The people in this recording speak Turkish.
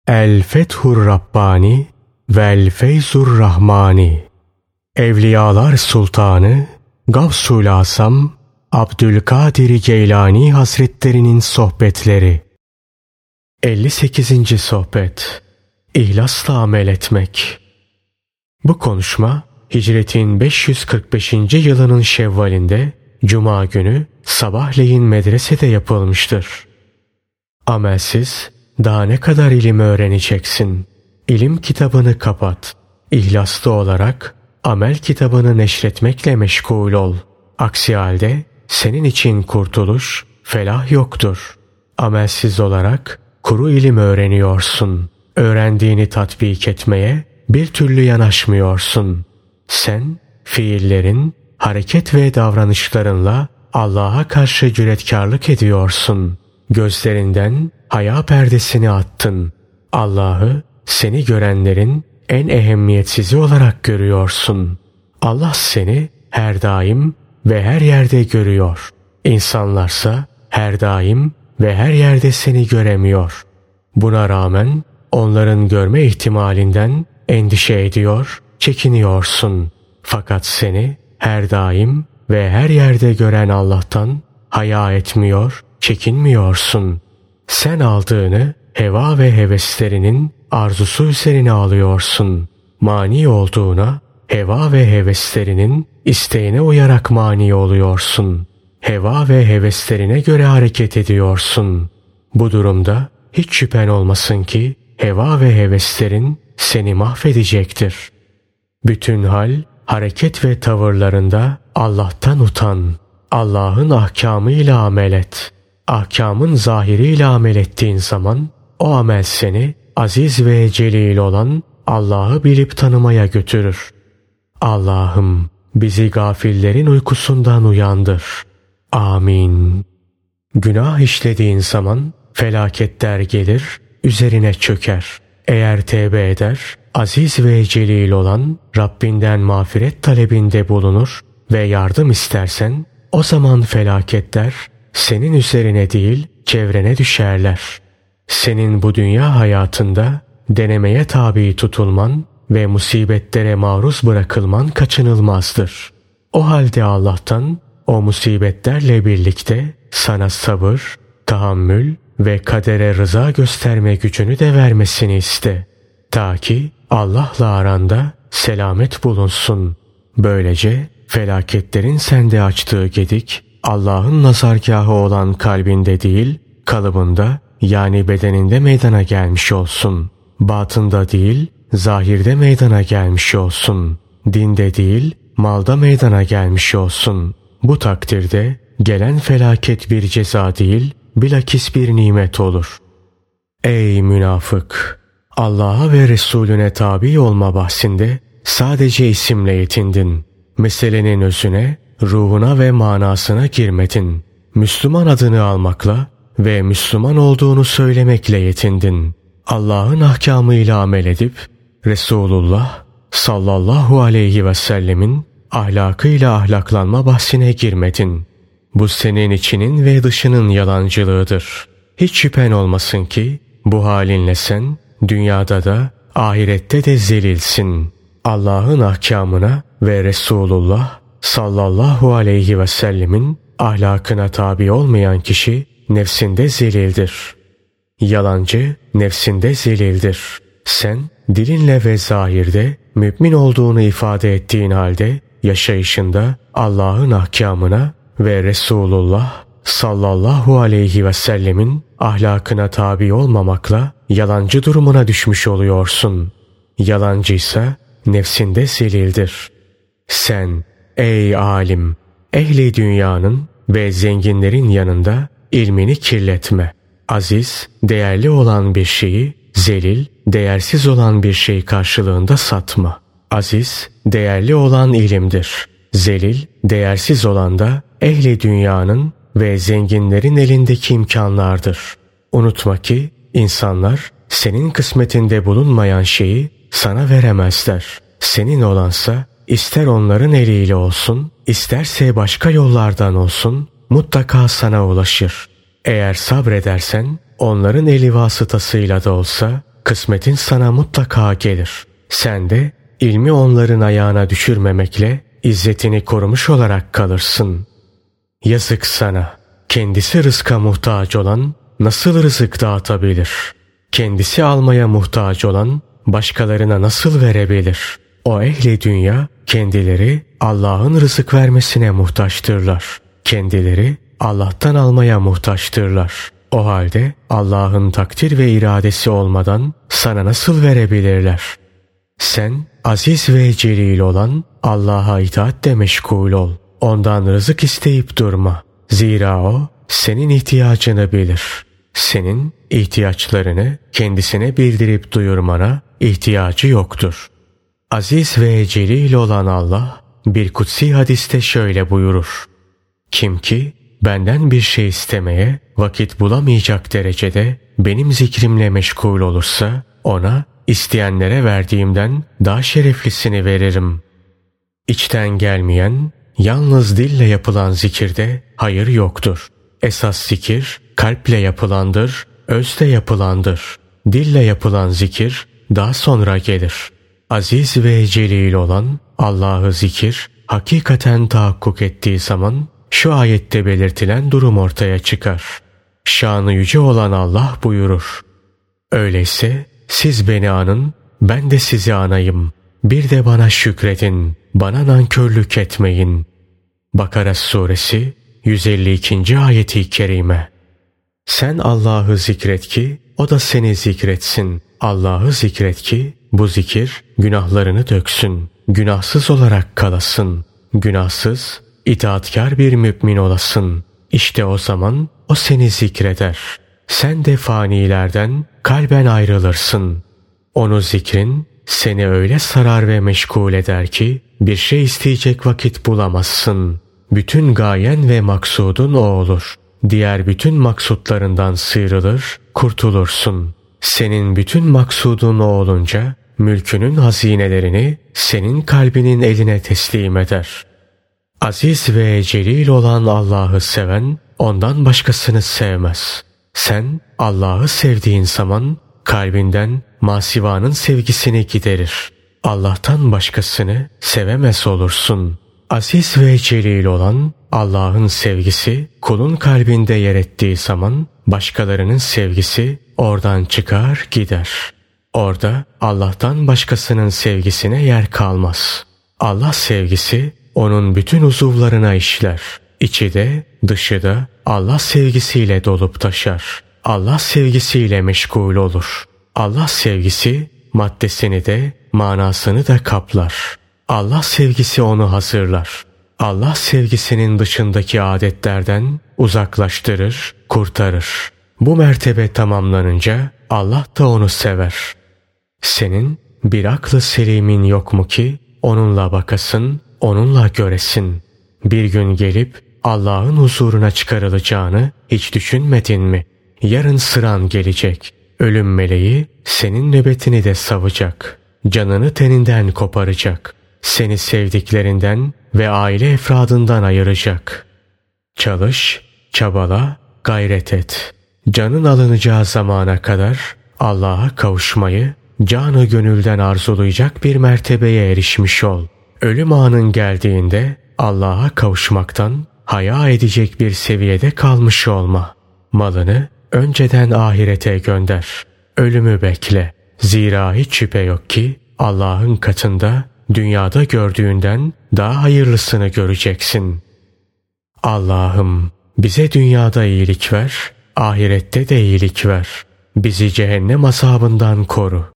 El Fethur Rabbani vel Feyzur Rahmani. Evliyalar Sultanı Gavsul Asam Abdülkadir Geylani Hazretlerinin sohbetleri. 58. sohbet. İhlasla amel etmek. Bu konuşma Hicretin 545. yılının Şevval'inde Cuma günü sabahleyin medresede yapılmıştır. Amelsiz daha ne kadar ilim öğreneceksin? İlim kitabını kapat. İhlaslı olarak amel kitabını neşretmekle meşgul ol. Aksi halde senin için kurtuluş, felah yoktur. Amelsiz olarak kuru ilim öğreniyorsun. Öğrendiğini tatbik etmeye bir türlü yanaşmıyorsun. Sen fiillerin, hareket ve davranışlarınla Allah'a karşı cüretkarlık ediyorsun. Gözlerinden haya perdesini attın. Allah'ı seni görenlerin en ehemmiyetsizi olarak görüyorsun. Allah seni her daim ve her yerde görüyor. İnsanlarsa her daim ve her yerde seni göremiyor. Buna rağmen onların görme ihtimalinden endişe ediyor, çekiniyorsun. Fakat seni her daim ve her yerde gören Allah'tan haya etmiyor, çekinmiyorsun. Sen aldığını heva ve heveslerinin arzusu üzerine alıyorsun. Mani olduğuna heva ve heveslerinin isteğine uyarak mani oluyorsun. Heva ve heveslerine göre hareket ediyorsun. Bu durumda hiç şüphen olmasın ki heva ve heveslerin seni mahvedecektir. Bütün hal, hareket ve tavırlarında Allah'tan utan. Allah'ın ahkamıyla amel et. Ahkamın zahiriyle amel ettiğin zaman o amel seni aziz ve celil olan Allah'ı bilip tanımaya götürür. Allah'ım bizi gafillerin uykusundan uyandır. Amin. Günah işlediğin zaman felaketler gelir, üzerine çöker. Eğer tevbe eder, aziz ve celil olan Rabbinden mağfiret talebinde bulunur ve yardım istersen, o zaman felaketler senin üzerine değil çevrene düşerler. Senin bu dünya hayatında denemeye tabi tutulman ve musibetlere maruz bırakılman kaçınılmazdır. O halde Allah'tan o musibetlerle birlikte sana sabır, tahammül ve kadere rıza gösterme gücünü de vermesini iste. Ta ki Allah'la aranda selamet bulunsun. Böylece felaketlerin sende açtığı gedik, Allah'ın nazargahı olan kalbinde değil, kalıbında yani bedeninde meydana gelmiş olsun. Batında değil, zahirde meydana gelmiş olsun. Dinde değil, malda meydana gelmiş olsun. Bu takdirde gelen felaket bir ceza değil, bilakis bir nimet olur. Ey münafık! Allah'a ve Resulüne tabi olma bahsinde sadece isimle yetindin. Meselenin özüne, ruhuna ve manasına girmedin. Müslüman adını almakla ve Müslüman olduğunu söylemekle yetindin. Allah'ın ahkamıyla amel edip Resulullah sallallahu aleyhi ve sellemin ahlakıyla ahlaklanma bahsine girmedin. Bu senin içinin ve dışının yalancılığıdır. Hiç şüphen olmasın ki bu halinle sen dünyada da ahirette de zelilsin. Allah'ın ahkamına ve Resulullah sallallahu aleyhi ve sellemin ahlakına tabi olmayan kişi nefsinde zelildir. Yalancı nefsinde zelildir. Sen dilinle ve zahirde mümin olduğunu ifade ettiğin halde yaşayışında Allah'ın ahkamına ve Resulullah sallallahu aleyhi ve sellemin ahlakına tabi olmamakla yalancı durumuna düşmüş oluyorsun. Yalancıysa nefsinde zelildir. Sen ey alim, ehli dünyanın ve zenginlerin yanında ilmini kirletme. Aziz, değerli olan bir şeyi zelil, değersiz olan bir şey karşılığında satma. Aziz, değerli olan ilimdir. Zelil, değersiz olan da ehli dünyanın ve zenginlerin elindeki imkanlardır. Unutma ki insanlar senin kısmetinde bulunmayan şeyi sana veremezler. Senin olansa ister onların eliyle olsun, isterse başka yollardan olsun mutlaka sana ulaşır. Eğer sabredersen onların eli vasıtasıyla da olsa kısmetin sana mutlaka gelir. Sen de ilmi onların ayağına düşürmemekle izzetini korumuş olarak kalırsın. Yazık sana. Kendisi rızka muhtaç olan nasıl rızık dağıtabilir? Kendisi almaya muhtaç olan başkalarına nasıl verebilir? O ehli dünya kendileri Allah'ın rızık vermesine muhtaçtırlar. Kendileri Allah'tan almaya muhtaçtırlar. O halde Allah'ın takdir ve iradesi olmadan sana nasıl verebilirler? Sen aziz ve celil olan Allah'a itaatle meşgul ol. Ondan rızık isteyip durma. Zira o senin ihtiyacını bilir. Senin ihtiyaçlarını kendisine bildirip duyurmana ihtiyacı yoktur. Aziz ve celil olan Allah bir kutsi hadiste şöyle buyurur. Kim ki benden bir şey istemeye vakit bulamayacak derecede benim zikrimle meşgul olursa ona isteyenlere verdiğimden daha şereflisini veririm. İçten gelmeyen, yalnız dille yapılan zikirde hayır yoktur. Esas zikir kalple yapılandır, özde yapılandır. Dille yapılan zikir daha sonra gelir. Aziz ve celil olan Allah'ı zikir hakikaten tahakkuk ettiği zaman şu ayette belirtilen durum ortaya çıkar. Şanı yüce olan Allah buyurur. Öyleyse siz beni anın, ben de sizi anayım. Bir de bana şükredin, bana nankörlük etmeyin. Bakara suresi 152. ayeti kerime. Sen Allah'ı zikret ki o da seni zikretsin. Allah'ı zikret ki bu zikir günahlarını döksün. Günahsız olarak kalasın. Günahsız, itaatkar bir mümin olasın. İşte o zaman o seni zikreder. Sen de fanilerden kalben ayrılırsın. Onu zikrin seni öyle sarar ve meşgul eder ki bir şey isteyecek vakit bulamazsın. Bütün gayen ve maksudun o olur. Diğer bütün maksutlarından sıyrılır, kurtulursun. Senin bütün maksudun o olunca mülkünün hazinelerini senin kalbinin eline teslim eder. Aziz ve celil olan Allah'ı seven ondan başkasını sevmez. Sen Allah'ı sevdiğin zaman kalbinden masivanın sevgisini giderir. Allah'tan başkasını sevemez olursun. Aziz ve celil olan Allah'ın sevgisi kulun kalbinde yer ettiği zaman başkalarının sevgisi oradan çıkar gider. Orada Allah'tan başkasının sevgisine yer kalmaz. Allah sevgisi onun bütün uzuvlarına işler. İçi de dışı da Allah sevgisiyle dolup taşar. Allah sevgisiyle meşgul olur. Allah sevgisi maddesini de manasını da kaplar. Allah sevgisi onu hazırlar. Allah sevgisinin dışındaki adetlerden uzaklaştırır, kurtarır. Bu mertebe tamamlanınca Allah da onu sever. Senin bir aklı selimin yok mu ki onunla bakasın, onunla göresin? Bir gün gelip Allah'ın huzuruna çıkarılacağını hiç düşünmedin mi? Yarın sıran gelecek. Ölüm meleği senin nöbetini de savacak. Canını teninden koparacak. Seni sevdiklerinden ve aile efradından ayıracak. Çalış, çabala, gayret et. Canın alınacağı zamana kadar Allah'a kavuşmayı canı gönülden arzulayacak bir mertebeye erişmiş ol. Ölüm anın geldiğinde Allah'a kavuşmaktan haya edecek bir seviyede kalmış olma. Malını önceden ahirete gönder. Ölümü bekle. Zira hiç şüphe yok ki Allah'ın katında dünyada gördüğünden daha hayırlısını göreceksin. Allah'ım bize dünyada iyilik ver, ahirette de iyilik ver. Bizi cehennem azabından koru.